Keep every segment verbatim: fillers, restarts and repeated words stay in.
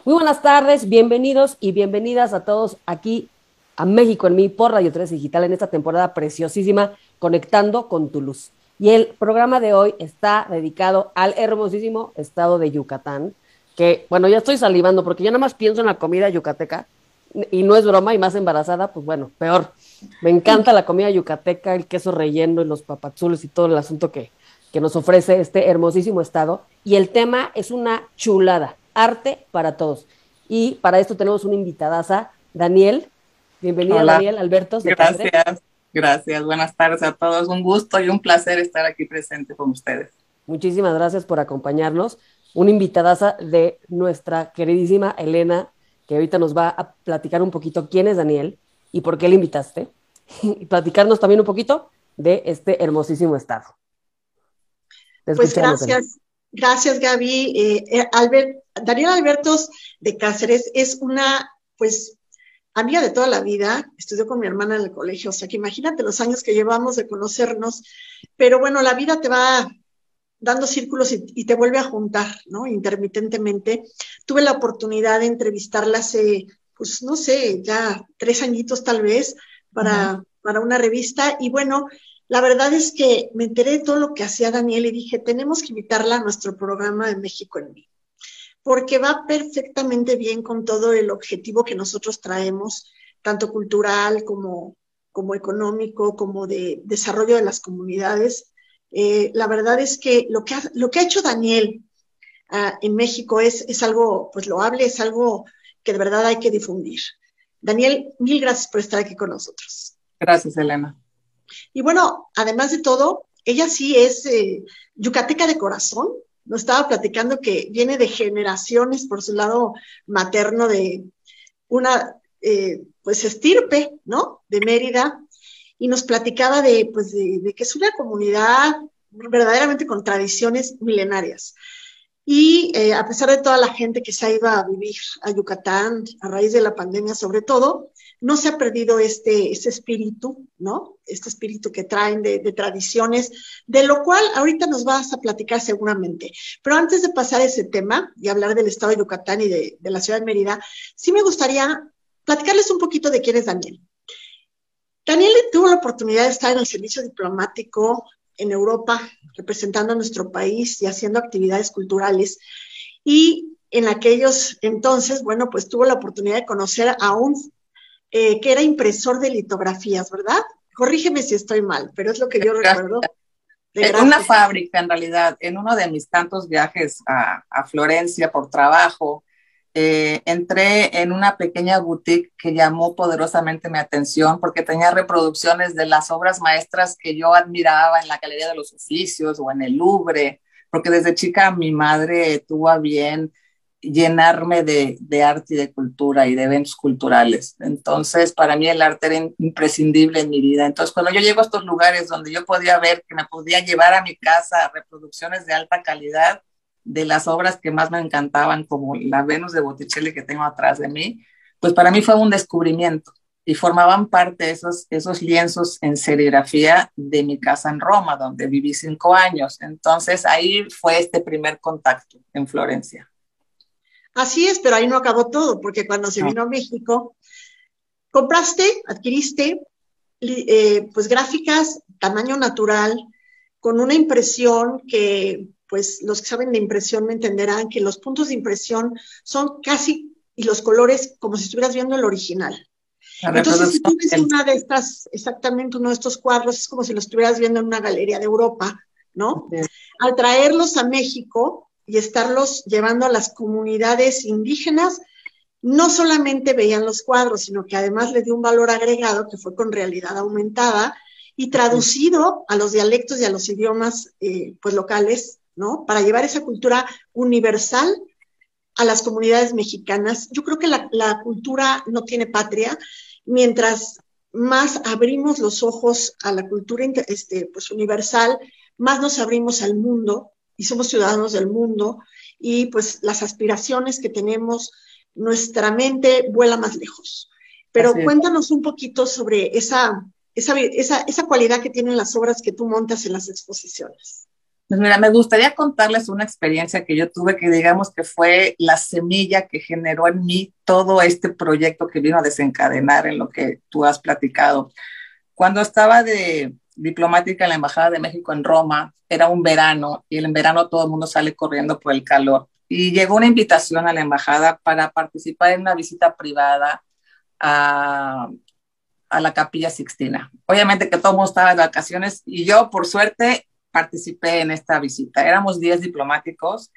Muy buenas tardes, bienvenidos y bienvenidas a todos aquí a México en mí por Radio tres Digital en esta temporada preciosísima Conectando con tu luz. Y el programa de hoy está dedicado al hermosísimo estado de Yucatán, que bueno, ya estoy salivando porque yo nada más pienso en la comida yucateca y no es broma y más embarazada, pues bueno, peor. Me encanta la comida yucateca, el queso relleno y los papazules y todo el asunto que, que nos ofrece este hermosísimo estado. Y el tema es una chulada, arte para todos. Y para esto tenemos una invitadaza, Daniel. Bienvenida, Hola, Daniel Albertos de Cáceres. gracias, gracias. Buenas tardes a todos. Un gusto y un placer estar aquí presente con ustedes. Muchísimas gracias por acompañarnos. Una invitadaza de nuestra queridísima Elena, que ahorita nos va a platicar un poquito quién es Daniel y por qué le invitaste. Y platicarnos también un poquito de este hermosísimo estado. Te Pues escuchamos, Elena. gracias, gracias Gaby. Eh, eh, Albert, Daniel Albertos de Cáceres es una, pues, amiga de toda la vida. Estudió con mi hermana en el colegio, o sea que imagínate los años que llevamos de conocernos, pero bueno, la vida te va dando círculos y, y te vuelve a juntar, ¿no? Intermitentemente. Tuve la oportunidad de entrevistarla hace, pues, no sé, ya tres añitos tal vez, para, uh-huh. para una revista, y bueno, la verdad es que me enteré de todo lo que hacía Daniel y dije, tenemos que invitarla a nuestro programa de México en mí, porque va perfectamente bien con todo el objetivo que nosotros traemos, tanto cultural como, como económico, como de desarrollo de las comunidades. Eh, la verdad es que lo que ha, lo que ha hecho Daniel uh, en México es, es algo pues loable, es algo que de verdad hay que difundir. Daniel, mil gracias por estar aquí con nosotros. Gracias, Elena. Y bueno, además de todo, ella sí es eh, yucateca de corazón. Nos estaba platicando que viene de generaciones por su lado materno de una, eh, pues, estirpe, ¿no? De Mérida. Y nos platicaba de, pues, de, de que es una comunidad verdaderamente con tradiciones milenarias. Y eh, a pesar de toda la gente que se ha ido a vivir a Yucatán a raíz de la pandemia sobre todo, no se ha perdido este, este espíritu, ¿no? Este espíritu que traen de, de tradiciones, de lo cual ahorita nos vas a platicar seguramente. Pero antes de pasar a ese tema y hablar del estado de Yucatán y de, de la ciudad de Mérida, sí me gustaría platicarles un poquito de quién es Daniel. Daniel tuvo la oportunidad de estar en el servicio diplomático en Europa, representando a nuestro país y haciendo actividades culturales. Y en aquellos entonces, bueno, pues tuvo la oportunidad de conocer a un eh, que era impresor de litografías, ¿verdad? Corrígeme si estoy mal, pero es lo que yo Gracias. recuerdo. En una fábrica, en realidad, en uno de mis tantos viajes a, a Florencia por trabajo, eh, entré en una pequeña boutique que llamó poderosamente mi atención porque tenía reproducciones de las obras maestras que yo admiraba en la Galería de los Oficios o en el Louvre, porque desde chica mi madre tuvo a bien llenarme de, de arte y de cultura y de eventos culturales. Entonces, para mí el arte era imprescindible en mi vida. Entonces, cuando yo llego a estos lugares donde yo podía ver que me podía llevar a mi casa reproducciones de alta calidad de las obras que más me encantaban, como la Venus de Botticelli que tengo atrás de mí, pues para mí fue un descubrimiento y formaban parte de esos, esos lienzos en serigrafía de mi casa en Roma, donde viví cinco años. Entonces, ahí fue este primer contacto en Florencia. Así es, pero ahí no acabó todo, porque cuando se vino a México, compraste, adquiriste, eh, pues gráficas tamaño natural, con una impresión que, pues los que saben de impresión me entenderán que los puntos de impresión son casi, y los colores, como si estuvieras viendo el original. Entonces, si tú ves una de estas, exactamente uno de estos cuadros, es como si lo estuvieras viendo en una galería de Europa, ¿no? Sí. Al traerlos a México y estarlos llevando a las comunidades indígenas, no solamente veían los cuadros, sino que además le dio un valor agregado que fue con realidad aumentada y traducido a los dialectos y a los idiomas eh, pues locales, ¿no? Para llevar esa cultura universal a las comunidades mexicanas. Yo creo que la, la cultura no tiene patria. Mientras más abrimos los ojos a la cultura este, pues universal, más nos abrimos al mundo y somos ciudadanos del mundo y pues las aspiraciones que tenemos, nuestra mente vuela más lejos. Pero cuéntanos un poquito sobre esa, esa, esa, esa cualidad que tienen las obras que tú montas en las exposiciones. Pues mira, me gustaría contarles una experiencia que yo tuve que digamos que fue la semilla que generó en mí todo este proyecto que vino a desencadenar en lo que tú has platicado. Cuando estaba de diplomática en la Embajada de México en Roma, era un verano y en verano todo el mundo sale corriendo por el calor. Y llegó una invitación a la embajada para participar en una visita privada a, a la Capilla Sixtina. Obviamente que todo el mundo estaba de vacaciones y yo, por suerte, participé en esta visita. Éramos diez diplomáticos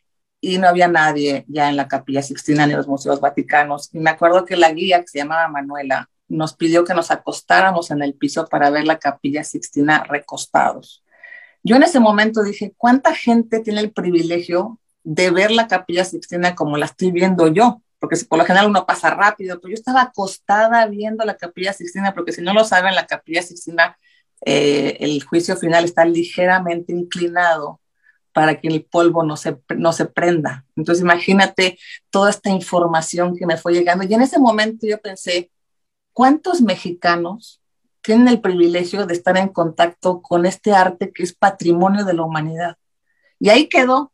y no había nadie ya en la Capilla Sixtina ni en los museos vaticanos. Y me acuerdo que la guía, que se llamaba Manuela, nos pidió que nos acostáramos en el piso para ver la Capilla Sixtina recostados. Yo en ese momento dije, ¿cuánta gente tiene el privilegio de ver la Capilla Sixtina como la estoy viendo yo? Porque por lo general uno pasa rápido, pero yo estaba acostada viendo la Capilla Sixtina, porque si no lo saben, la Capilla Sixtina, eh, el juicio final está ligeramente inclinado para que el polvo no se, no se prenda. Entonces imagínate toda esta información que me fue llegando. Y en ese momento yo pensé, ¿cuántos mexicanos tienen el privilegio de estar en contacto con este arte que es patrimonio de la humanidad? Y ahí quedó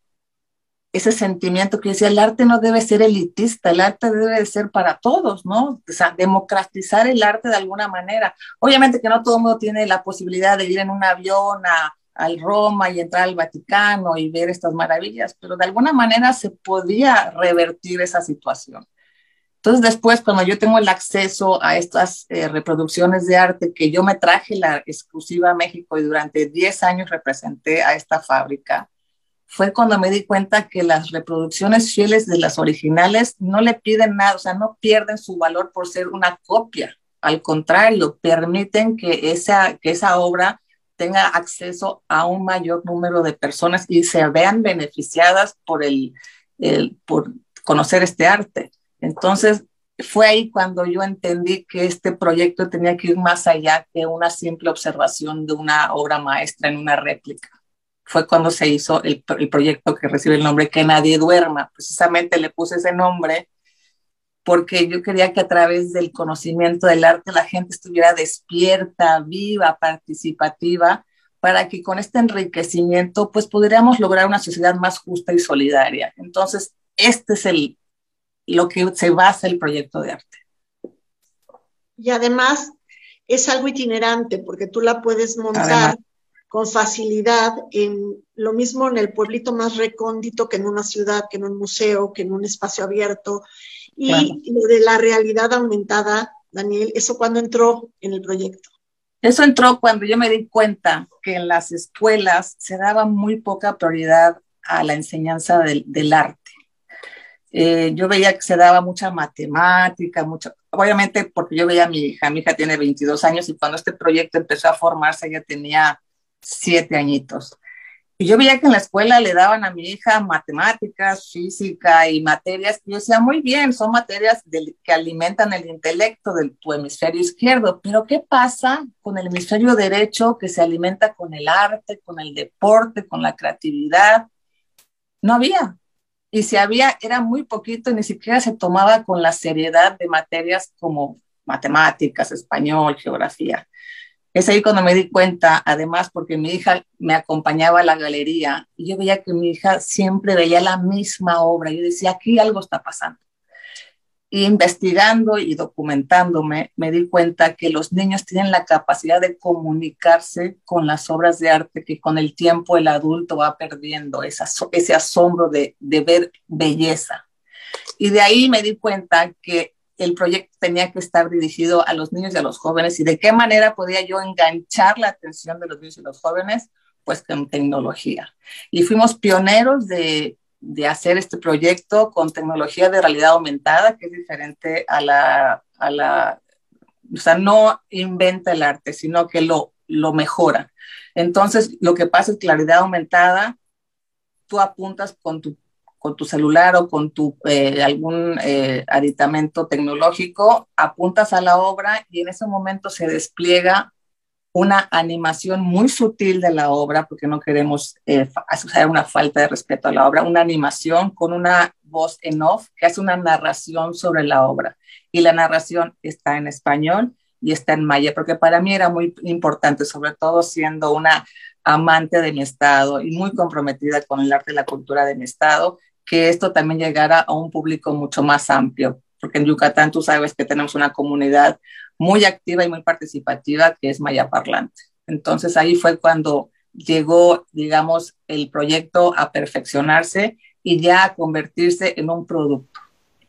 ese sentimiento que decía, el arte no debe ser elitista, el arte debe de ser para todos, ¿no? O sea, democratizar el arte de alguna manera. Obviamente que no todo el mundo tiene la posibilidad de ir en un avión a, al Roma y entrar al Vaticano y ver estas maravillas, pero de alguna manera se podía revertir esa situación. Entonces después, cuando yo tengo el acceso a estas eh, reproducciones de arte que yo me traje la exclusiva a México y durante diez años representé a esta fábrica, fue cuando me di cuenta que las reproducciones fieles de las originales no le piden nada, o sea, no pierden su valor por ser una copia. Al contrario, permiten que esa, que esa obra tenga acceso a un mayor número de personas y se vean beneficiadas por, el, el, por conocer este arte. Entonces, fue ahí cuando yo entendí que este proyecto tenía que ir más allá que una simple observación de una obra maestra en una réplica. Fue cuando se hizo el, el proyecto que recibe el nombre Que Nadie Duerma. Precisamente le puse ese nombre porque yo quería que a través del conocimiento del arte la gente estuviera despierta, viva, participativa, para que con este enriquecimiento pues pudiéramos lograr una sociedad más justa y solidaria. Entonces, este es el, lo que se basa el proyecto de arte. Y además es algo itinerante porque tú la puedes montar además con facilidad en lo mismo en el pueblito más recóndito que en una ciudad, que en un museo, que en un espacio abierto. Y claro, lo de la realidad aumentada, Daniel, ¿eso cuándo entró en el proyecto? Eso entró cuando yo me di cuenta que en las escuelas se daba muy poca prioridad a la enseñanza del, del arte. Eh, yo veía que se daba mucha matemática, mucha, obviamente porque yo veía a mi hija, mi hija tiene veintidós años y cuando este proyecto empezó a formarse ella tenía siete añitos. Y yo veía que en la escuela le daban a mi hija matemáticas, física y materias que yo decía, muy bien, son materias del, que alimentan el intelecto de tu hemisferio izquierdo, pero ¿qué pasa con el hemisferio derecho que se alimenta con el arte, con el deporte, con la creatividad? No había. Y si había, era muy poquito, ni siquiera se tomaba con la seriedad de materias como matemáticas, español, geografía. Es ahí cuando me di cuenta, además porque mi hija me acompañaba a la galería y yo veía que mi hija siempre veía la misma obra. Yo decía, aquí algo está pasando. Y investigando y documentándome, me di cuenta que los niños tienen la capacidad de comunicarse con las obras de arte que con el tiempo el adulto va perdiendo, esa, ese asombro de, de ver belleza. Y de ahí me di cuenta que el proyecto tenía que estar dirigido a los niños y a los jóvenes y de qué manera podía yo enganchar la atención de los niños y los jóvenes, pues con tecnología. Y fuimos pioneros de, de hacer este proyecto con tecnología de realidad aumentada, que es diferente a la, a la, o sea, no inventa el arte, sino que lo, lo mejora. Entonces, lo que pasa es que la realidad aumentada, tú apuntas con tu con tu celular o con tu, eh, algún eh, aditamento tecnológico, apuntas a la obra y en ese momento se despliega una animación muy sutil de la obra, porque no queremos eh, hacer una falta de respeto a la obra, una animación con una voz en off que hace una narración sobre la obra. Y la narración está en español y está en maya, porque para mí era muy importante, sobre todo siendo una amante de mi estado y muy comprometida con el arte y la cultura de mi estado, que esto también llegara a un público mucho más amplio, porque en Yucatán tú sabes que tenemos una comunidad muy activa y muy participativa que es maya parlante. Entonces ahí fue cuando llegó, digamos, el proyecto a perfeccionarse y ya a convertirse en un producto.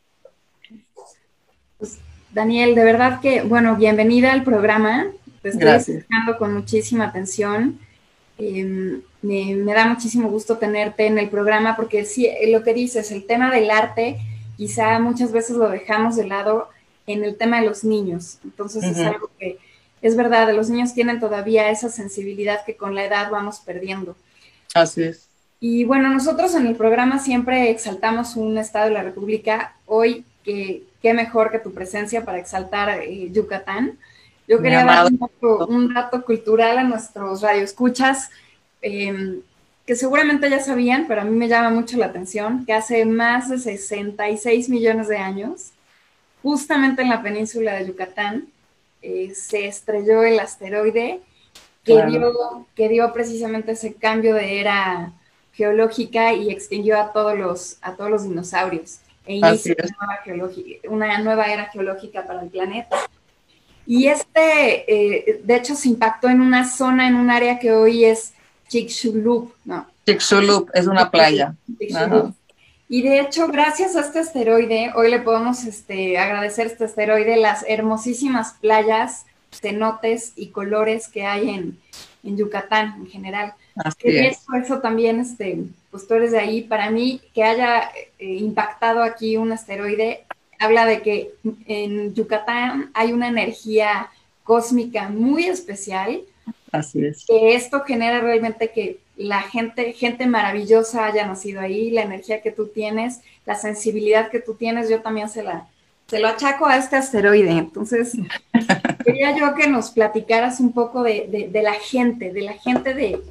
Pues, Daniel, de verdad que, bueno, bienvenida al programa. Te estoy Gracias. escuchando con muchísima atención. Eh, me, me da muchísimo gusto tenerte en el programa porque sí, lo que dices, el tema del arte, quizá muchas veces lo dejamos de lado en el tema de los niños. Entonces uh-huh. es algo que es verdad, los niños tienen todavía esa sensibilidad que con la edad vamos perdiendo. Así es. Y bueno, nosotros en el programa siempre exaltamos un estado de la República. Hoy, que, qué mejor que tu presencia para exaltar eh, Yucatán. Yo quería dar un, poco, un dato cultural a nuestros radioescuchas, eh, que seguramente ya sabían, pero a mí me llama mucho la atención, que hace más de sesenta y seis millones de años, justamente en la península de Yucatán, eh, se estrelló el asteroide que, claro. dio, que dio precisamente ese cambio de era geológica y extinguió a todos los, a todos los dinosaurios e inició una nueva, una nueva era geológica para el planeta. Y este, eh, de hecho, se impactó en una zona, en un área que hoy es Chicxulub, ¿no? Chicxulub es una playa. Chicxulub. Y de hecho, gracias a este asteroide, hoy le podemos este, agradecer a este asteroide las hermosísimas playas, cenotes y colores que hay en, en Yucatán en general. Así y es. eso, eso también, este, pues tú eres de ahí. Para mí, que haya eh, impactado aquí un asteroide, habla de que en Yucatán hay una energía cósmica muy especial. Así es. Que esto genera realmente que la gente, gente maravillosa haya nacido ahí, la energía que tú tienes, la sensibilidad que tú tienes, yo también se la, se lo achaco a este asteroide. Entonces, quería yo que nos platicaras un poco de, de, de la gente, de la gente de,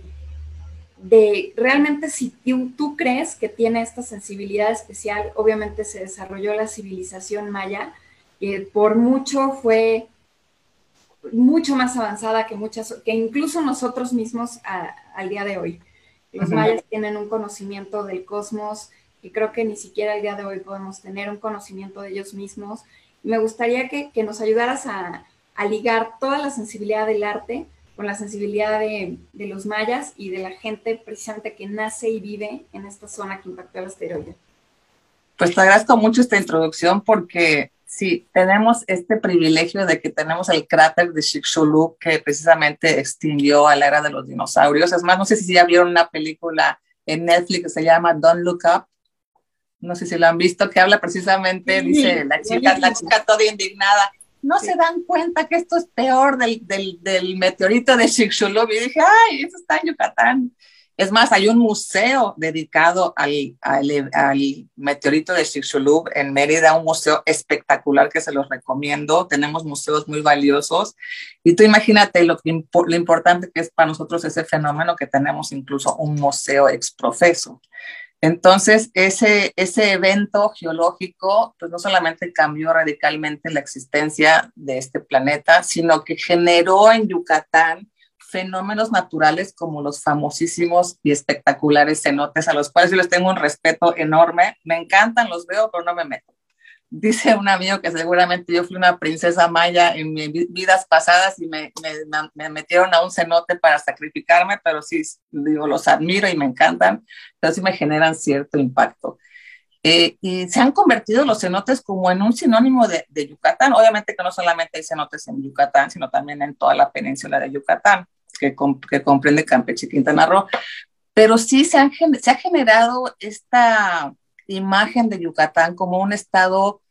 de realmente si tú, tú crees que tiene esta sensibilidad especial. Obviamente se desarrolló la civilización maya, que por mucho fue mucho más avanzada que muchas, que incluso nosotros mismos a, al día de hoy. Los uh-huh. mayas tienen un conocimiento del cosmos que creo que ni siquiera al día de hoy podemos tener un conocimiento de ellos mismos. Me gustaría que, que nos ayudaras a, a ligar toda la sensibilidad del arte con la sensibilidad de, de los mayas y de la gente precisamente que nace y vive en esta zona que impactó el asteroide. Pues te agradezco mucho esta introducción porque sí, tenemos este privilegio de que tenemos el cráter de Chicxulub que precisamente extinguió a la era de los dinosaurios. Es más, no sé si ya vieron una película en Netflix que se llama Don't Look Up. No sé si lo han visto, que habla precisamente, sí, dice la chica, la chica toda indignada. No sí. se dan cuenta que esto es peor del, del, del meteorito de Chicxulub. Y dije, ay, eso está en Yucatán. Es más, hay un museo dedicado al, al, al meteorito de Chicxulub en Mérida, un museo espectacular que se los recomiendo. Tenemos museos muy valiosos. Y tú imagínate lo, lo importante que es para nosotros ese fenómeno, que tenemos incluso un museo exprofeso. Entonces, ese, ese evento geológico, pues no solamente cambió radicalmente la existencia de este planeta, sino que generó en Yucatán fenómenos naturales como los famosísimos y espectaculares cenotes, a los cuales yo les tengo un respeto enorme. Me encantan, los veo, pero no me meto. Dice un amigo que seguramente yo fui una princesa maya en mis vidas pasadas y me, me, me metieron a un cenote para sacrificarme, pero sí, digo, los admiro y me encantan, pero sí me generan cierto impacto. Eh, y se han convertido los cenotes como en un sinónimo de, de Yucatán. Obviamente que no solamente hay cenotes en Yucatán, sino también en toda la península de Yucatán, que, que comprende Campeche y Quintana Roo. Pero sí se, han, se ha generado esta imagen de Yucatán como un estado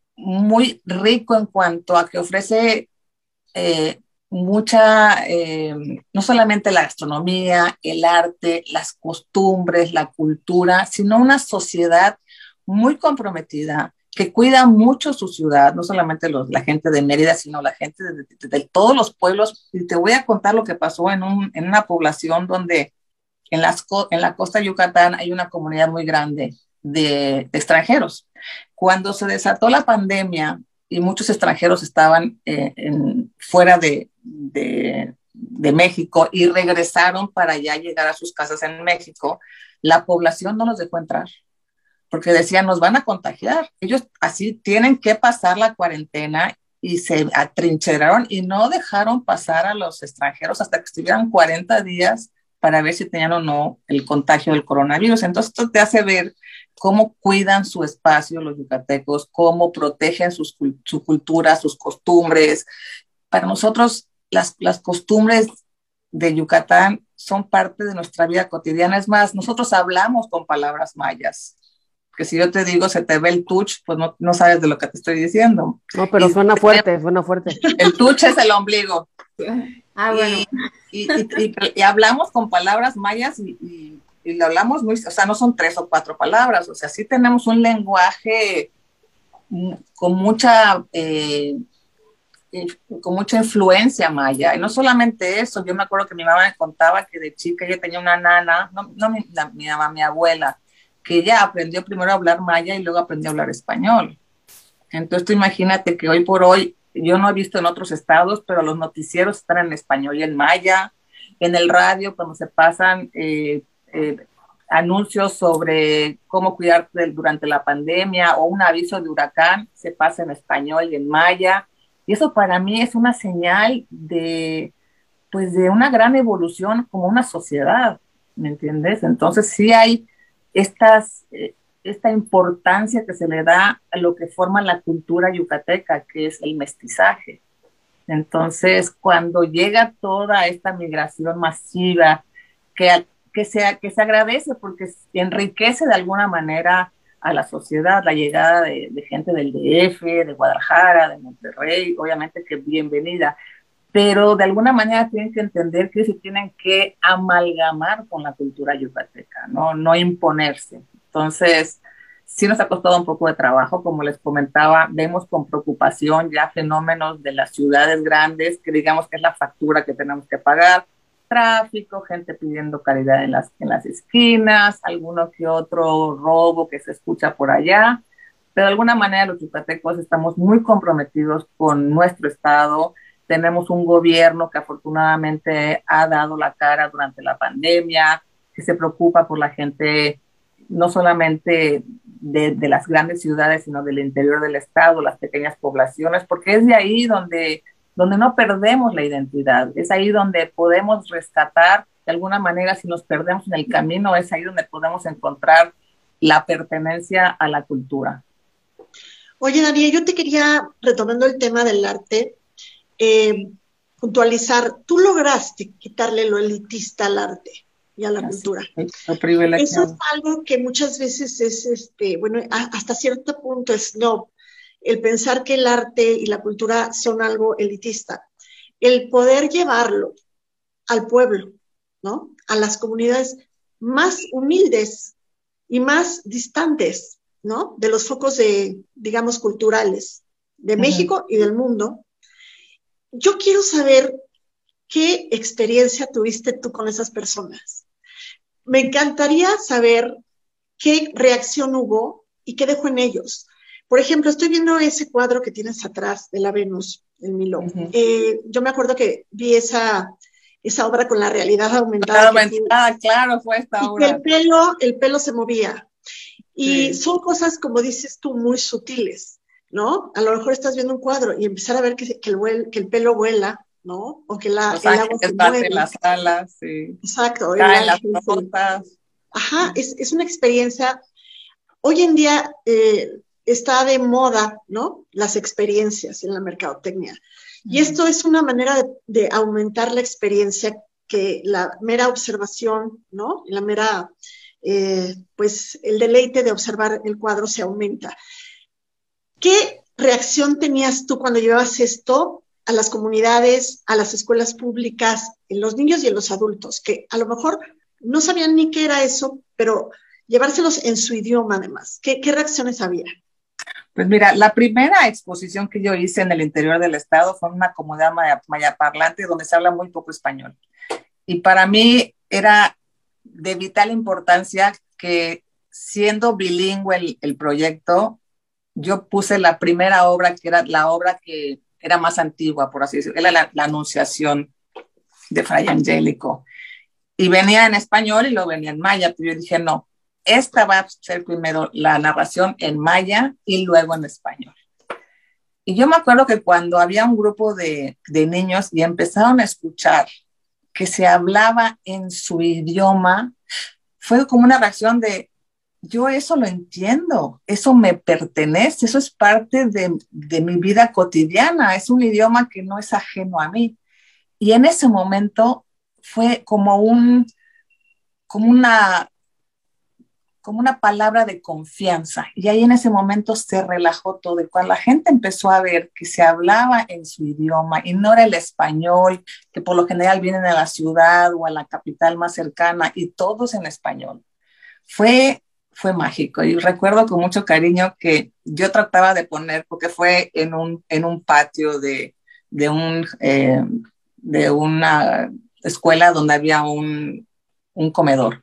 muy rico en cuanto a que ofrece eh, mucha, eh, no solamente la gastronomía, el arte, las costumbres, la cultura, sino una sociedad muy comprometida, que cuida mucho su ciudad, no solamente los, la gente de Mérida, sino la gente de, de, de todos los pueblos. Y te voy a contar lo que pasó en, un, en una población donde en, las, en la costa de Yucatán hay una comunidad muy grande de, de extranjeros. Cuando se desató la pandemia y muchos extranjeros estaban eh, en, fuera de, de, de México y regresaron para ya llegar a sus casas en México, la población no los dejó entrar, porque decían, nos van a contagiar. Ellos así tienen que pasar la cuarentena y se atrincheraron y no dejaron pasar a los extranjeros hasta que estuvieran cuarenta días para ver si tenían o no el contagio del coronavirus. Entonces esto te hace ver cómo cuidan su espacio los yucatecos, cómo protegen sus, su cultura, sus costumbres. Para nosotros las, las costumbres de Yucatán son parte de nuestra vida cotidiana. Es más, nosotros hablamos con palabras mayas, que si yo te digo se te ve el tuch, pues no, no sabes de lo que te estoy diciendo. No, pero y suena fuerte, suena fuerte. El tuch es el ombligo. Ah, bueno. Y, y, y, y hablamos con palabras mayas y, y, y lo hablamos muy, o sea, no son tres o cuatro palabras, o sea, sí tenemos un lenguaje con mucha, eh, con mucha influencia maya. Y no solamente eso, yo me acuerdo que mi mamá me contaba que de chica ella tenía una nana, no, no mi, la, mi mamá, mi abuela, que ella aprendió primero a hablar maya y luego aprendió a hablar español. Entonces tú imagínate que hoy por hoy, yo no he visto en otros estados, pero los noticieros están en español y en maya. En el radio, cuando se pasan eh, eh, anuncios sobre cómo cuidarte durante la pandemia o un aviso de huracán, se pasa en español y en maya. Y eso para mí es una señal de, pues, de una gran evolución como una sociedad, ¿me entiendes? Entonces sí hay estas... Eh, esta importancia que se le da a lo que forma la cultura yucateca, que es el mestizaje. Entonces, cuando llega toda esta migración masiva, que, que, se, que se agradece porque enriquece de alguna manera a la sociedad, la llegada de, de gente del D F, de Guadalajara, de Monterrey, obviamente que bienvenida, pero de alguna manera tienen que entender que se tienen que amalgamar con la cultura yucateca, no, no imponerse. Entonces, sí nos ha costado un poco de trabajo, como les comentaba, vemos con preocupación ya fenómenos de las ciudades grandes, que digamos que es la factura que tenemos que pagar, tráfico, gente pidiendo caridad en las, en las esquinas, alguno que otro robo que se escucha por allá, pero de alguna manera los yucatecos estamos muy comprometidos con nuestro estado. Tenemos un gobierno que afortunadamente ha dado la cara durante la pandemia, que se preocupa por la gente no solamente de, de las grandes ciudades, sino del interior del estado, las pequeñas poblaciones, porque es de ahí donde, donde no perdemos la identidad, es ahí donde podemos rescatar, de alguna manera, si nos perdemos en el camino, es ahí donde podemos encontrar la pertenencia a la cultura. Oye, Daniel, yo te quería, retomando el tema del arte, eh, puntualizar, tú lograste quitarle lo elitista al arte y a la Así, cultura. Eso es algo que muchas veces es, este, bueno, hasta cierto punto es no, el pensar que el arte y la cultura son algo elitista. El poder llevarlo al pueblo, ¿no? A las comunidades más humildes y más distantes, ¿no? De los focos de, digamos, culturales de uh-huh. México y del mundo. Yo quiero saber qué experiencia tuviste tú con esas personas. Me encantaría saber qué reacción hubo y qué dejó en ellos. Por ejemplo, estoy viendo ese cuadro que tienes atrás de la Venus, el Milo. Uh-huh. Eh, yo me acuerdo que vi esa, esa obra con la realidad aumentada. Aumentada, claro, fue esta y obra. Que el pelo, el pelo se movía. Y sí. Son cosas, como dices tú, muy sutiles, ¿no? A lo mejor estás viendo un cuadro y empezar a ver que, que, el, que el pelo vuela, ¿no? O que la, Los el agua se mueve. Las alas, sí. Exacto. Caen las notas. Ajá, es, es una experiencia. Hoy en día eh, está de moda, ¿no? Las experiencias en la mercadotecnia. Mm. Y esto es una manera de, de aumentar la experiencia que la mera observación, ¿no? La mera, eh, pues, el deleite de observar el cuadro se aumenta. ¿Qué reacción tenías tú cuando llevabas esto a las comunidades, a las escuelas públicas, en los niños y en los adultos, que a lo mejor no sabían ni qué era eso, pero llevárselos en su idioma además? ¿Qué, qué reacciones había? Pues mira, la primera exposición que yo hice en el interior del estado fue en una comunidad maya, mayaparlante donde se habla muy poco español. Y para mí era de vital importancia que, siendo bilingüe el, el proyecto, yo puse la primera obra, que era la obra que era más antigua, por así decirlo, era la, la Anunciación de Fray Angélico. Y venía en español y luego venía en maya, pero yo dije, no, esta va a ser primero la narración en maya y luego en español. Y yo me acuerdo que cuando había un grupo de, de niños y empezaron a escuchar que se hablaba en su idioma, fue como una reacción de, yo eso lo entiendo, eso me pertenece, eso es parte de, de mi vida cotidiana, es un idioma que no es ajeno a mí. Y en ese momento fue como, un, como, una, como una palabra de confianza. Y ahí en ese momento se relajó todo. Y cuando la gente empezó a ver que se hablaba en su idioma y no era el español, que por lo general vienen a la ciudad o a la capital más cercana y todos en español, fue, fue mágico. Y recuerdo con mucho cariño que yo trataba de poner, porque fue en un, en un patio de, de, un, eh, de una escuela donde había un, un comedor.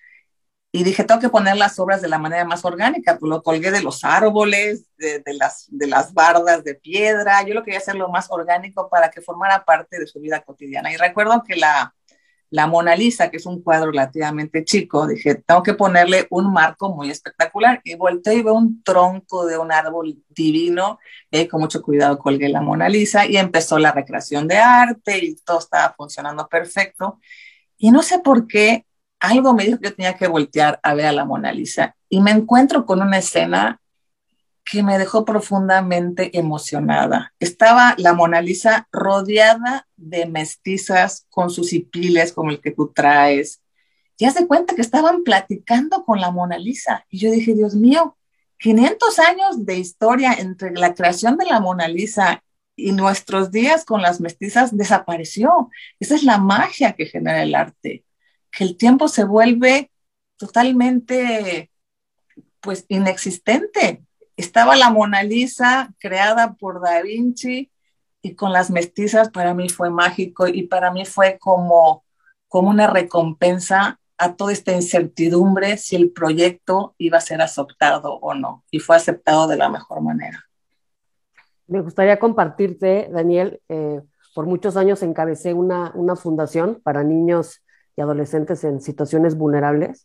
Y dije, tengo que poner las obras de la manera más orgánica. Pues lo colgué de los árboles, de, de, las, de las bardas de piedra. Yo lo quería hacer lo más orgánico para que formara parte de su vida cotidiana. Y recuerdo que la, la Mona Lisa, que es un cuadro relativamente chico, dije, tengo que ponerle un marco muy espectacular. Y volteé y veo un tronco de un árbol divino. Y con mucho cuidado colgué la Mona Lisa y empezó la recreación de arte y todo estaba funcionando perfecto. Y no sé por qué, algo me dijo que yo tenía que voltear a ver a la Mona Lisa y me encuentro con una escena que me dejó profundamente emocionada. Estaba la Mona Lisa rodeada de mestizas con sus hipiles como el que tú traes. Y haz de cuenta que estaban platicando con la Mona Lisa. Y yo dije, Dios mío, quinientos años de historia entre la creación de la Mona Lisa y nuestros días con las mestizas desapareció. Esa es la magia que genera el arte, que el tiempo se vuelve totalmente, pues, inexistente. Estaba la Mona Lisa creada por Da Vinci y con las mestizas para mí fue mágico y para mí fue como, como una recompensa a toda esta incertidumbre si el proyecto iba a ser aceptado o no. Y fue aceptado de la mejor manera. Me gustaría compartirte, Daniel, eh, por muchos años encabecé una, una fundación para niños y adolescentes en situaciones vulnerables.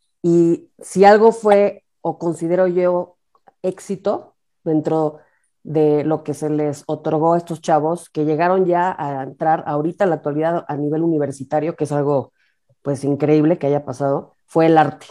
Y si algo fue, o considero yo, éxito dentro de lo que se les otorgó a estos chavos, que llegaron ya a entrar ahorita en la actualidad a nivel universitario, que es algo pues increíble que haya pasado, fue el arte.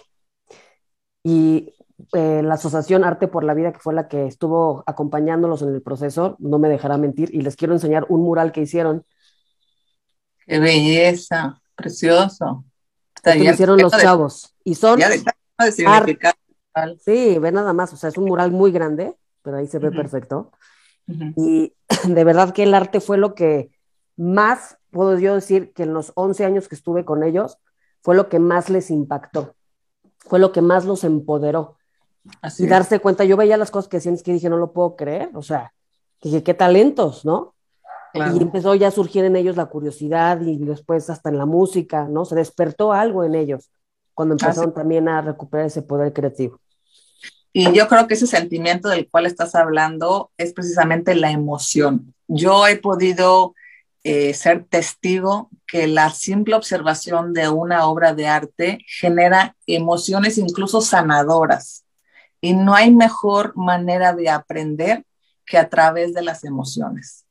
Y eh, la Asociación Arte por la Vida, que fue la que estuvo acompañándolos en el proceso, no me dejará mentir, y les quiero enseñar un mural que hicieron. ¡Qué belleza! Precioso. Está que lo hicieron los de, chavos. Y son... Ya de, de significado. Sí, ve nada más, o sea, es un mural muy grande, pero ahí se ve uh-huh. perfecto. Uh-huh. Y de verdad que el arte fue lo que más, puedo yo decir, que en los once años que estuve con ellos, fue lo que más les impactó, fue lo que más los empoderó. Así y es. Darse cuenta, yo veía las cosas que decían, es que dije, no lo puedo creer, o sea, dije, qué talentos, ¿no? Claro. Y empezó ya a surgir en ellos la curiosidad y después hasta en la música, ¿no? Se despertó algo en ellos cuando empezaron Así. también a recuperar ese poder creativo. Y yo creo que ese sentimiento del cual estás hablando es precisamente la emoción. Yo he podido eh, ser testigo que la simple observación de una obra de arte genera emociones incluso sanadoras. Y no hay mejor manera de aprender que a través de las emociones.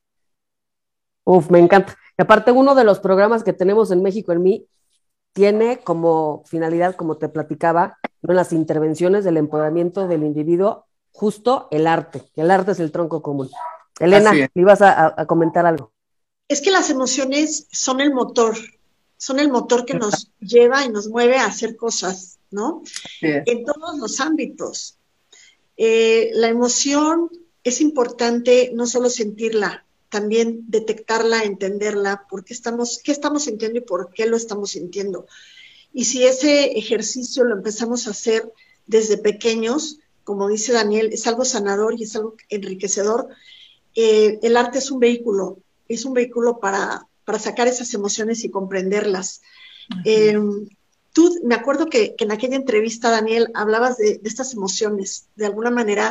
Uf, me encanta. Y aparte, uno de los programas que tenemos en México en Mí tiene como finalidad, como te platicaba, en las intervenciones del empoderamiento del individuo, justo el arte, que el arte es el tronco común. Elena, ¿le ibas a, a comentar algo? Es que las emociones son el motor, son el motor que nos lleva y nos mueve a hacer cosas, ¿no? Sí. En todos los ámbitos. Eh, la emoción es importante no solo sentirla, también detectarla, entenderla, por qué estamos, qué estamos sintiendo y por qué lo estamos sintiendo. Y si ese ejercicio lo empezamos a hacer desde pequeños, como dice Daniel, es algo sanador y es algo enriquecedor, eh, el arte es un vehículo, es un vehículo para, para sacar esas emociones y comprenderlas. Uh-huh. Eh, tú, me acuerdo que, que en aquella entrevista, Daniel, hablabas de, de estas emociones, de alguna manera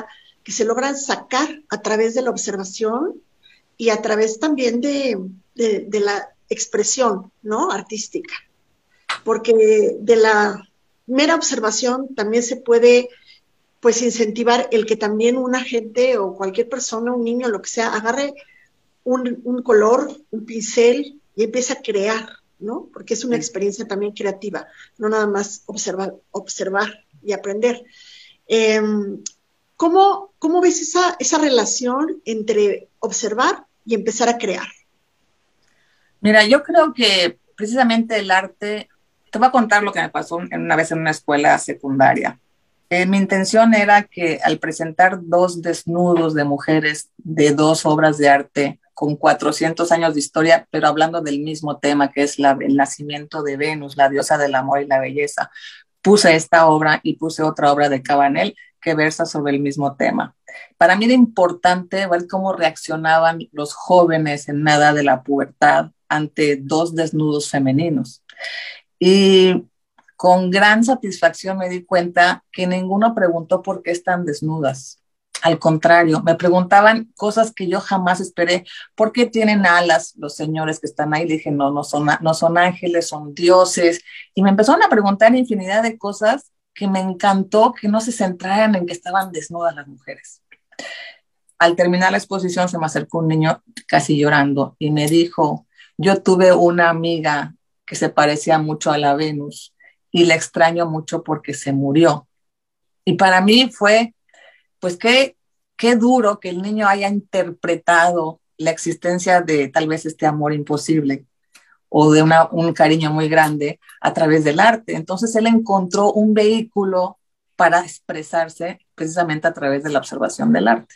que se logran sacar a través de la observación y a través también de, de, de la expresión, ¿no? Artística. Porque de la mera observación también se puede, pues, incentivar el que también una gente o cualquier persona, un niño, lo que sea, agarre un, un color, un pincel y empiece a crear, ¿no? Porque es una experiencia también creativa, no nada más observar, observar y aprender. Eh, ¿cómo, ¿Cómo ves esa, esa relación entre observar y empezar a crear? Mira, yo creo que precisamente el arte, te voy a contar lo que me pasó una vez en una escuela secundaria. Eh, mi intención era que al presentar dos desnudos de mujeres de dos obras de arte con cuatrocientos años de historia, pero hablando del mismo tema, que es la, el nacimiento de Venus, la diosa del amor y la belleza, puse esta obra y puse otra obra de Cabanel que versa sobre el mismo tema. Para mí era importante ver cómo reaccionaban los jóvenes en la edad de la pubertad ante dos desnudos femeninos. Y con gran satisfacción me di cuenta que ninguno preguntó por qué están desnudas. Al contrario, me preguntaban cosas que yo jamás esperé. ¿Por qué tienen alas los señores que están ahí? Le dije, no, no son, no son ángeles, son dioses. Y me empezaron a preguntar infinidad de cosas que me encantó que no se centraran en que estaban desnudas las mujeres. Al terminar la exposición se me acercó un niño casi llorando y me dijo, yo tuve una amiga que se parecía mucho a la Venus y la extraño mucho porque se murió. Y para mí fue, pues qué, qué duro que el niño haya interpretado la existencia de tal vez este amor imposible o de una, un cariño muy grande a través del arte. Entonces él encontró un vehículo para expresarse precisamente a través de la observación del arte.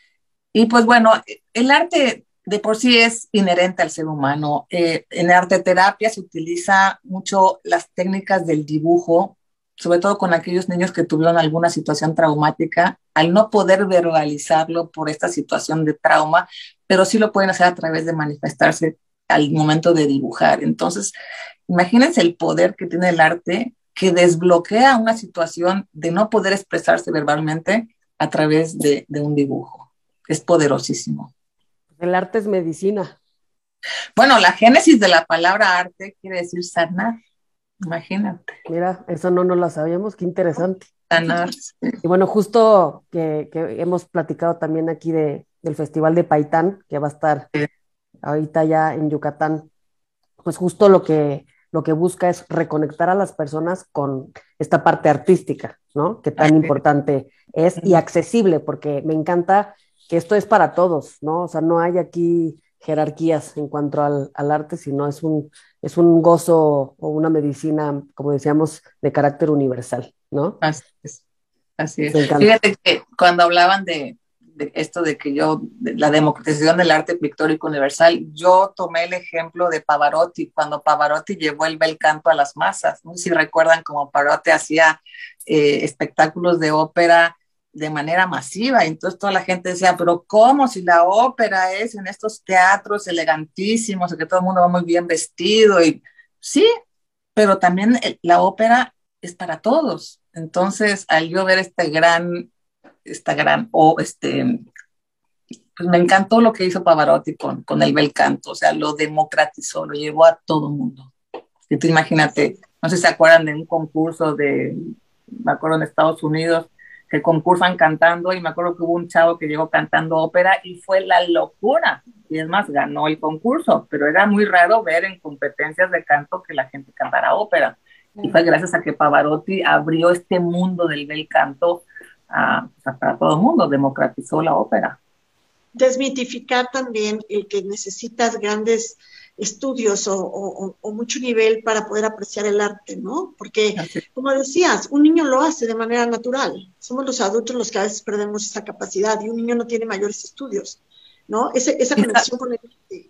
Y pues bueno, el arte de por sí es inherente al ser humano. Eh, en arte terapia se utiliza mucho las técnicas del dibujo, sobre todo con aquellos niños que tuvieron alguna situación traumática, al no poder verbalizarlo por esta situación de trauma, pero sí lo pueden hacer a través de manifestarse al momento de dibujar. Entonces, imagínense el poder que tiene el arte que desbloquea una situación de no poder expresarse verbalmente a través de, de un dibujo. Es poderosísimo. El arte es medicina. Bueno, la génesis de la palabra arte quiere decir sanar. Imagínate. Mira, eso no nos lo sabíamos, qué interesante. Sanar. Y bueno, justo que, que hemos platicado también aquí de, del Festival de Paitán, que va a estar ahorita ya en Yucatán, pues justo lo que, lo que busca es reconectar a las personas con esta parte artística, ¿no? Que tan importante es y accesible, porque me encanta que esto es para todos, ¿no? O sea, no hay aquí jerarquías en cuanto al, al arte, sino es un, es un gozo o una medicina, como decíamos, de carácter universal, ¿no? Así es. Así es. Fíjate que cuando hablaban de, de esto de que yo, de la democratización del arte pictórico universal, yo tomé el ejemplo de Pavarotti, cuando Pavarotti llevó el bel canto a las masas. No sé si recuerdan cómo Pavarotti hacía eh, espectáculos de ópera de manera masiva, entonces toda la gente decía, pero ¿cómo? Si la ópera es en estos teatros elegantísimos, en que todo el mundo va muy bien vestido, y sí, pero también la ópera es para todos. Entonces, al yo ver este gran, esta gran, o este, pues me encantó lo que hizo Pavarotti con, con el bel canto, o sea, lo democratizó, lo llevó a todo el mundo. Y tú imagínate, no sé si se acuerdan de un concurso de, me acuerdo en Estados Unidos, que concursan cantando, y me acuerdo que hubo un chavo que llegó cantando ópera y fue la locura, y es más, ganó el concurso, pero era muy raro ver en competencias de canto que la gente cantara ópera, y fue gracias a que Pavarotti abrió este mundo del bel canto a, a, para todo el mundo, democratizó la ópera. Desmitificar también el que necesitas grandes estudios o, o, o mucho nivel para poder apreciar el arte, ¿no? Porque, como decías, un niño lo hace de manera natural. Somos los adultos los que a veces perdemos esa capacidad y un niño no tiene mayores estudios, ¿no? Ese, esa conexión con el arte.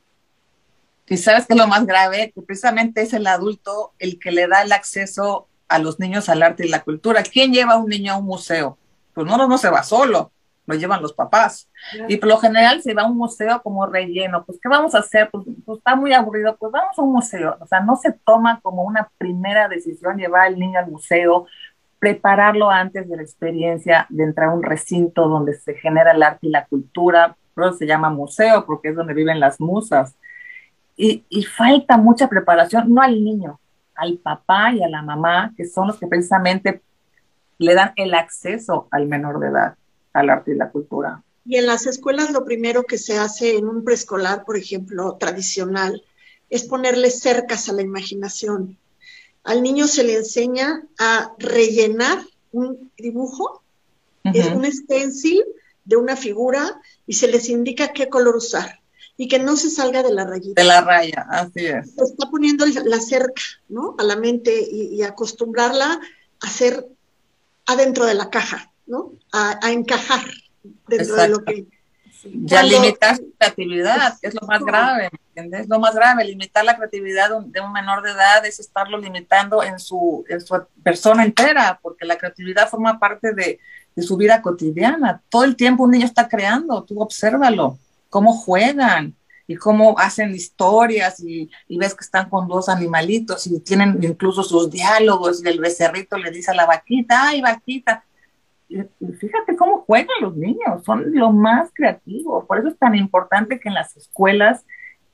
Y sabes que es lo más grave, que precisamente es el adulto el que le da el acceso a los niños al arte y la cultura. ¿Quién lleva a un niño a un museo? Pues no, no se va solo, lo llevan los papás. Yeah. Y por lo general se va a un museo como relleno. Pues, ¿qué vamos a hacer? Pues, pues está muy aburrido, pues vamos a un museo. O sea, no se toma como una primera decisión llevar al niño al museo, prepararlo antes de la experiencia de entrar a un recinto donde se genera el arte y la cultura, por eso se llama museo, porque es donde viven las musas. Y, y falta mucha preparación, no al niño, al papá y a la mamá, que son los que precisamente le dan el acceso al menor de edad al arte y la cultura. Y en las escuelas lo primero que se hace en un preescolar, por ejemplo, tradicional, es ponerle cercas a la imaginación. Al niño se le enseña a rellenar un dibujo, uh-huh. es un stencil de una figura y se les indica qué color usar y que no se salga de la rayita. De la raya, así es. Se está poniendo la cerca, ¿no? A la mente y, y acostumbrarla a ser adentro de la caja, ¿no? A, a encajar dentro Exacto. de lo que... Ya cuando, limitar su creatividad, es lo más grave, ¿me entiendes? Lo más grave, limitar la creatividad de un, de un menor de edad es estarlo limitando en su, en su persona entera, porque la creatividad forma parte de, de su vida cotidiana. Todo el tiempo un niño está creando, tú obsérvalo, cómo juegan y cómo hacen historias y, y ves que están con dos animalitos y tienen incluso sus diálogos y el becerrito le dice a la vaquita, ¡ay, vaquita! Y fíjate cómo juegan los niños, son lo más creativos. Por eso es tan importante que en las escuelas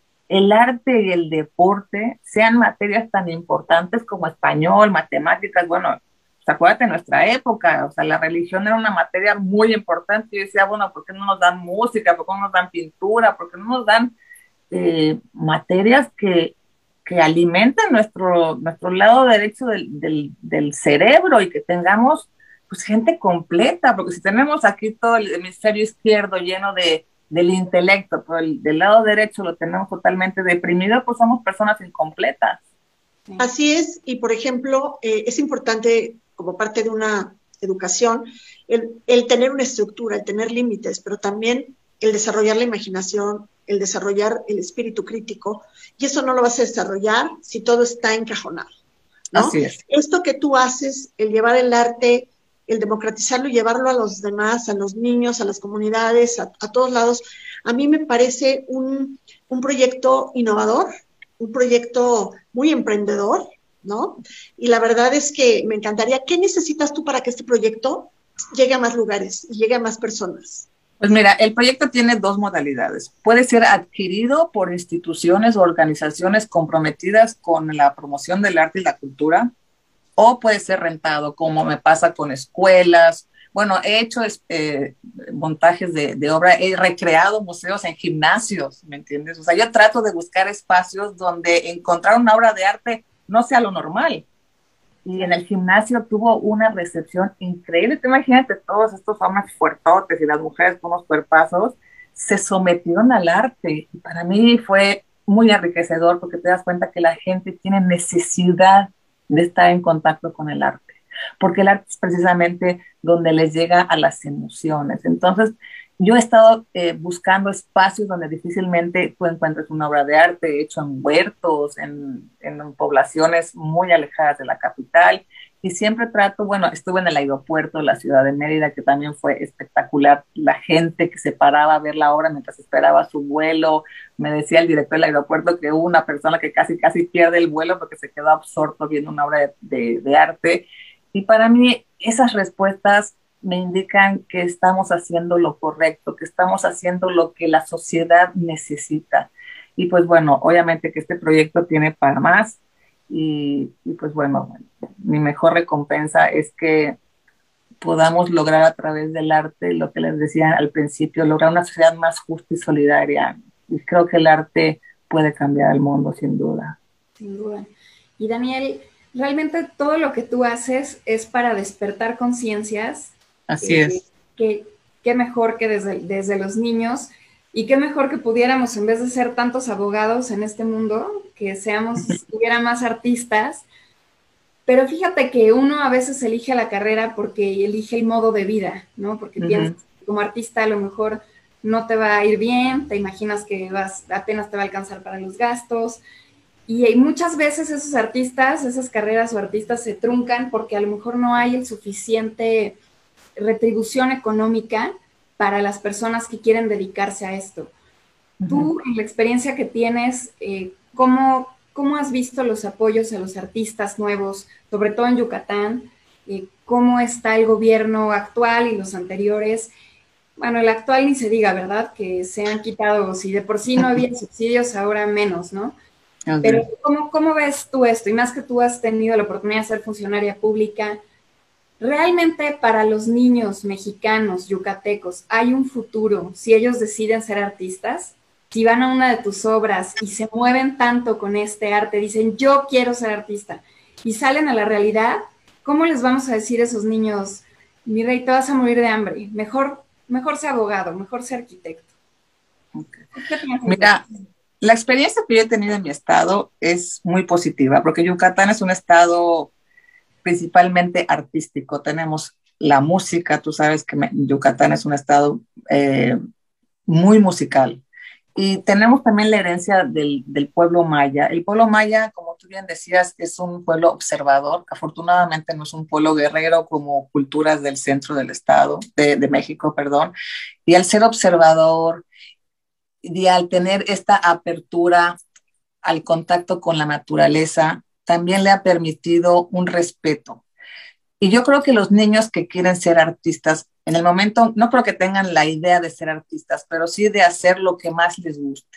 el arte y el deporte sean materias tan importantes como español, matemáticas. Bueno, pues acuérdate de nuestra época, o sea, la religión era una materia muy importante. Y yo decía, bueno, ¿por qué no nos dan música? ¿Por qué no nos dan pintura? ¿Por qué no nos dan eh, materias que, que alimenten nuestro, nuestro lado derecho del, del, del cerebro y que tengamos pues gente completa, porque si tenemos aquí todo el hemisferio izquierdo lleno de, del intelecto, pero el del lado derecho lo tenemos totalmente deprimido, pues somos personas incompletas. Así es, y por ejemplo, eh, es importante como parte de una educación el, el tener una estructura, el tener límites, pero también el desarrollar la imaginación, el desarrollar el espíritu crítico, y eso no lo vas a desarrollar si todo está encajonado, ¿no? Así es. Esto que tú haces, el llevar el arte, el democratizarlo y llevarlo a los demás, a los niños, a las comunidades, a, a todos lados, a mí me parece un, un proyecto innovador, un proyecto muy emprendedor, ¿no? Y la verdad es que me encantaría, ¿qué necesitas tú para que este proyecto llegue a más lugares y llegue a más personas? Pues mira, el proyecto tiene dos modalidades. Puede ser adquirido por instituciones o organizaciones comprometidas con la promoción del arte y la cultura, o puede ser rentado, como me pasa con escuelas. Bueno, he hecho eh, montajes de, de obra, he recreado museos en gimnasios, ¿me entiendes? O sea, yo trato de buscar espacios donde encontrar una obra de arte no sea lo normal. Y en el gimnasio tuvo una recepción increíble. Te imagínate, todos estos hombres fuertotes y las mujeres con unos cuerpazos se sometieron al arte. Y para mí fue muy enriquecedor porque te das cuenta que la gente tiene necesidad de estar en contacto con el arte, porque el arte es precisamente donde les llega a las emociones. Entonces, yo he estado eh, buscando espacios donde difícilmente tú encuentres una obra de arte hecho en huertos, en, en poblaciones muy alejadas de la capital, y siempre trato, bueno, estuve en el aeropuerto de la ciudad de Mérida, que también fue espectacular, la gente que se paraba a ver la obra mientras esperaba su vuelo. Me decía el director del aeropuerto que hubo una persona que casi casi pierde el vuelo porque se quedó absorto viendo una obra de, de, de arte, y para mí esas respuestas me indican que estamos haciendo lo correcto, que estamos haciendo lo que la sociedad necesita. Y pues bueno, obviamente que este proyecto tiene para más, y, y pues bueno, mi mejor recompensa es que podamos lograr a través del arte, lo que les decía al principio, lograr una sociedad más justa y solidaria. Y creo que el arte puede cambiar el mundo, sin duda. Sin duda. Y Daniel, realmente todo lo que tú haces es para despertar conciencias. Así eh, es. Que, qué mejor que desde, desde los niños, y qué mejor que pudiéramos, en vez de ser tantos abogados en este mundo, que seamos, hubiera más artistas. Pero fíjate que uno a veces elige la carrera porque elige el modo de vida, ¿no? Porque uh-huh. piensas que como artista a lo mejor no te va a ir bien, te imaginas que vas, apenas te va a alcanzar para los gastos. Y muchas veces esos artistas, esas carreras o artistas se truncan porque a lo mejor no hay el suficiente retribución económica para las personas que quieren dedicarse a esto. Uh-huh. Tú, en la experiencia que tienes, eh, ¿cómo, ¿cómo has visto los apoyos a los artistas nuevos, sobre todo en Yucatán? Eh, cómo está el gobierno actual y los anteriores. Bueno, el actual ni se diga, ¿verdad? Que se han quitado, si de por sí no había subsidios, ahora menos, ¿no? Okay. Pero ¿cómo, ¿cómo ves tú esto? Y más que tú has tenido la oportunidad de ser funcionaria pública, ¿realmente para los niños mexicanos, yucatecos, hay un futuro si ellos deciden ser artistas? Si van a una de tus obras y se mueven tanto con este arte, dicen, yo quiero ser artista, y salen a la realidad, ¿cómo les vamos a decir a esos niños, mi rey, te vas a morir de hambre, mejor, mejor sea abogado, mejor sea arquitecto? Okay. Mira, la experiencia que yo he tenido en mi estado es muy positiva, porque Yucatán es un estado principalmente artístico. Tenemos la música, tú sabes que me, Yucatán es un estado eh, muy musical. Y tenemos también la herencia del, del pueblo maya. El pueblo maya, como tú bien decías, es un pueblo observador. Afortunadamente no es un pueblo guerrero como culturas del centro del estado, de, de México, perdón. Y al ser observador y al tener esta apertura al contacto con la naturaleza, también le ha permitido un respeto. Y yo creo que los niños que quieren ser artistas, en el momento, no creo que tengan la idea de ser artistas, pero sí de hacer lo que más les guste.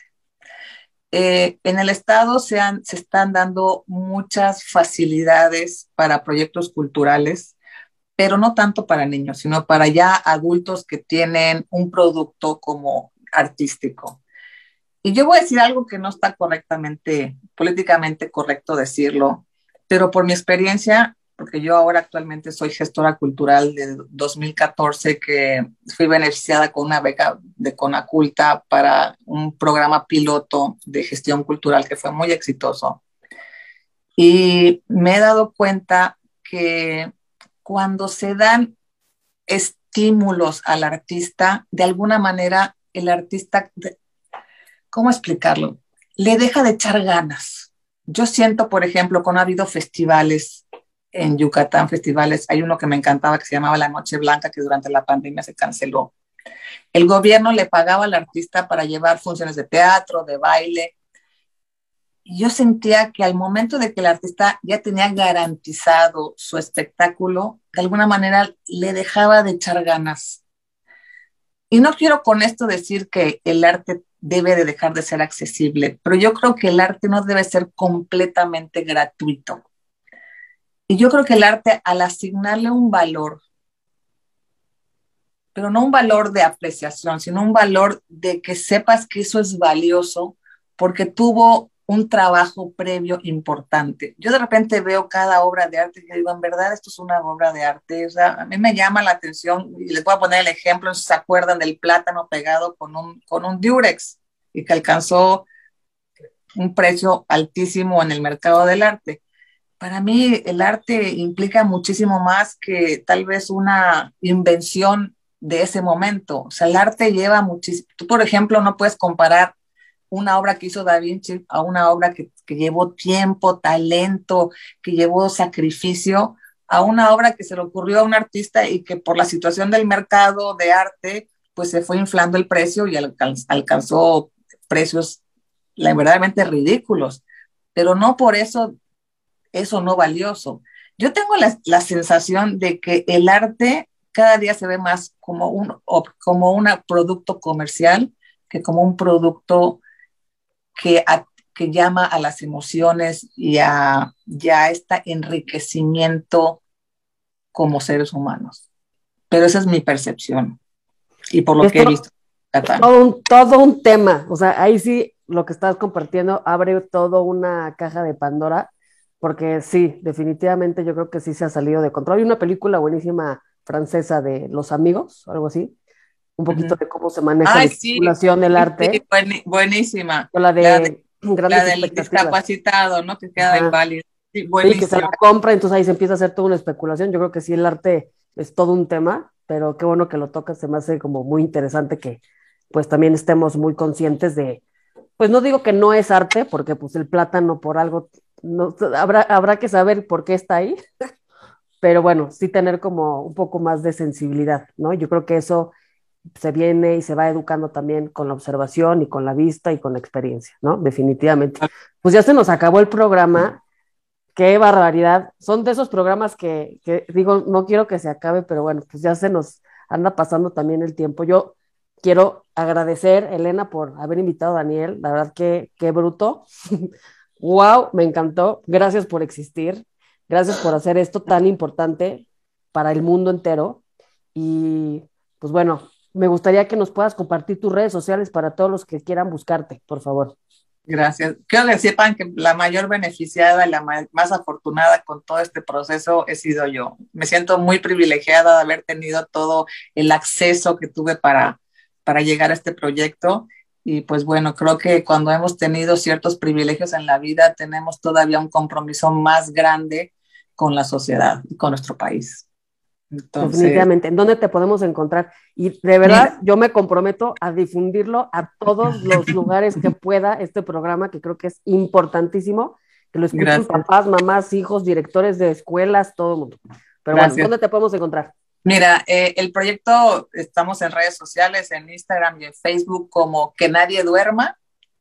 Eh, en el estado se, han, se están dando muchas facilidades para proyectos culturales, pero no tanto para niños, sino para ya adultos que tienen un producto como artístico. Y yo voy a decir algo que no está correctamente, políticamente correcto decirlo, pero por mi experiencia, porque yo ahora actualmente soy gestora cultural de dos mil catorce, que fui beneficiada con una beca de Conaculta para un programa piloto de gestión cultural que fue muy exitoso. Y me he dado cuenta que cuando se dan estímulos al artista, de alguna manera el artista, ¿cómo explicarlo? Le deja de echar ganas. Yo siento, por ejemplo, cuando ha habido festivales en Yucatán, festivales, hay uno que me encantaba que se llamaba La Noche Blanca, que durante la pandemia se canceló. El gobierno le pagaba al artista para llevar funciones de teatro, de baile. Y yo sentía que al momento de que el artista ya tenía garantizado su espectáculo, de alguna manera le dejaba de echar ganas. Y no quiero con esto decir que el arte debe de dejar de ser accesible, pero yo creo que el arte no debe ser completamente gratuito. Y yo creo que el arte, al asignarle un valor, pero no un valor de apreciación, sino un valor de que sepas que eso es valioso porque tuvo un trabajo previo importante. Yo de repente veo cada obra de arte y digo, en verdad esto es una obra de arte. O sea, a mí me llama la atención, y les voy a poner el ejemplo, si se acuerdan del plátano pegado con un, con un Durex y que alcanzó un precio altísimo en el mercado del arte. Para mí el arte implica muchísimo más que tal vez una invención de ese momento. O sea, el arte lleva muchísimo. Tú, por ejemplo, no puedes comparar una obra que hizo Da Vinci a una obra que, que llevó tiempo, talento, que llevó sacrificio, a una obra que se le ocurrió a un artista y que por la situación del mercado de arte, pues se fue inflando el precio y alcanz- alcanzó precios la, verdaderamente ridículos. Pero no por eso eso no valioso. Yo tengo la, la sensación de que el arte cada día se ve más como un, como un producto comercial que como un producto que, a, que llama a las emociones y a, y a este enriquecimiento como seres humanos. Pero esa es mi percepción y por lo Esto, que he visto. Todo un, todo un tema, o sea, ahí sí lo que estás compartiendo abre todo una caja de Pandora. Porque sí, definitivamente yo creo que sí se ha salido de control. Hay una película buenísima francesa de Los Amigos, algo así, un poquito uh-huh. de cómo se maneja Ay, la circulación sí, del arte. Sí, buen, buenísima. O la de, la de grandes la del discapacitado, ¿no? Que queda Ajá. inválido. Sí, sí, que se la compra, entonces ahí se empieza a hacer toda una especulación. Yo creo que sí, el arte es todo un tema, pero qué bueno que lo tocas, se me hace como muy interesante que pues también estemos muy conscientes de, pues no digo que no es arte, porque pues el plátano por algo... No, habrá, habrá que saber por qué está ahí, pero bueno, sí tener como un poco más de sensibilidad, ¿no? Yo creo que eso se viene y se va educando también con la observación y con la vista y con la experiencia, ¿no? Definitivamente. Pues ya se nos acabó el programa. qué barbaridad. Son de esos programas que, que digo, no quiero que se acabe, pero bueno, pues ya se nos anda pasando también el tiempo. Yo quiero agradecer, Elena, por haber invitado a Daniel. La verdad que qué bruto. Wow, me encantó. Gracias por existir. Gracias por hacer esto tan importante para el mundo entero. Y pues bueno, me gustaría que nos puedas compartir tus redes sociales para todos los que quieran buscarte, por favor. Gracias. Quiero que sepan que la mayor beneficiada y la ma- más afortunada con todo este proceso he sido yo. Me siento muy privilegiada de haber tenido todo el acceso que tuve para, para llegar a este proyecto. Y pues bueno, creo que cuando hemos tenido ciertos privilegios en la vida, tenemos todavía un compromiso más grande con la sociedad y con nuestro país. Entonces, Definitivamente. ¿En dónde te podemos encontrar? Y de verdad, mira, yo me comprometo a difundirlo a todos los lugares que pueda este programa, que creo que es importantísimo, que lo escuchen gracias, papás, mamás, hijos, directores de escuelas, todo el mundo. Pero bueno, gracias. ¿dónde te podemos encontrar? Mira, eh, el proyecto, estamos en redes sociales, en Instagram y en Facebook como Que Nadie Duerma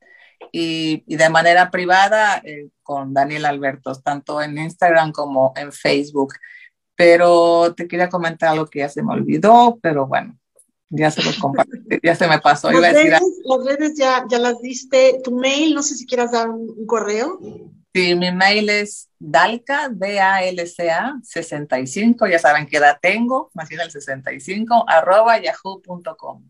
y, y de manera privada eh, con Daniel Albertos, tanto en Instagram como en Facebook. Pero te quería comentar algo que ya se me olvidó, pero bueno, ya se lo compartí, ya se me pasó. Iba Las a decir, redes, las redes ya, ya las diste. Tu mail, no sé si quieras dar un, un correo. sí, mi mail es dalca, D A L C A sesenta y cinco, ya saben qué edad tengo, nací en el sesenta y cinco, arroba yahoo punto com.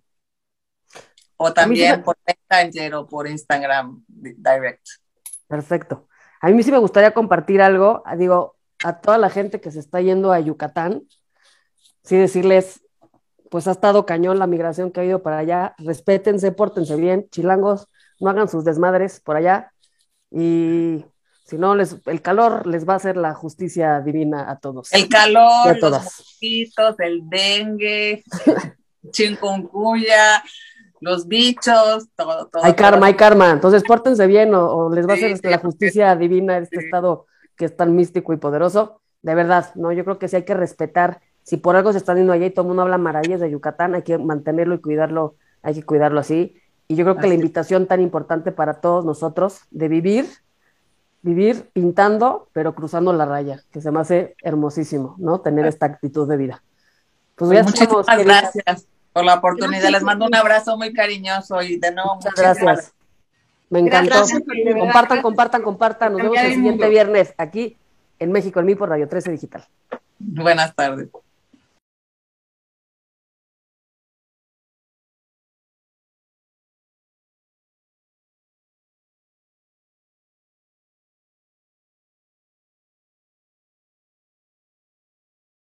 O A mí sí también me... por Messenger o por Instagram Direct. Perfecto. A mí sí me gustaría compartir algo, a- digo, a toda la gente que se está yendo a Yucatán, sí decirles, pues ha estado cañón la migración que ha ido para allá, respétense, pórtense bien, chilangos, no hagan sus desmadres por allá, y si no, les, el calor les va a hacer la justicia divina a todos El y calor, a los todas. mosquitos, el dengue, chikungunya, los bichos, todo, Hay todo, todo. karma, hay karma, entonces pórtense bien o, o les va a Sí, hacer sí, la porque justicia divina de este sí, estado que es tan místico y poderoso. De verdad, no, yo creo que sí hay que respetar, si por algo se están yendo allá y todo el mundo habla maravillas de Yucatán, hay que mantenerlo y cuidarlo, hay que cuidarlo así. Y yo creo que la así. invitación tan importante para todos nosotros de vivir, vivir pintando, pero cruzando la raya, que se me hace hermosísimo, ¿no? Tener esta actitud de vida. Pues Pues ya estamos, muchísimas queridas. gracias por la oportunidad. Gracias Les a mando un ti. abrazo muy cariñoso y de nuevo Muchas muchísimas gracias. gracias. Me Gracias encantó. a De ti. verdad, Compartan, gracias compartan, compartan. por Nos vemos cambiar el el siguiente mundo. viernes aquí en México en mí por Radio trece Digital. Buenas tardes.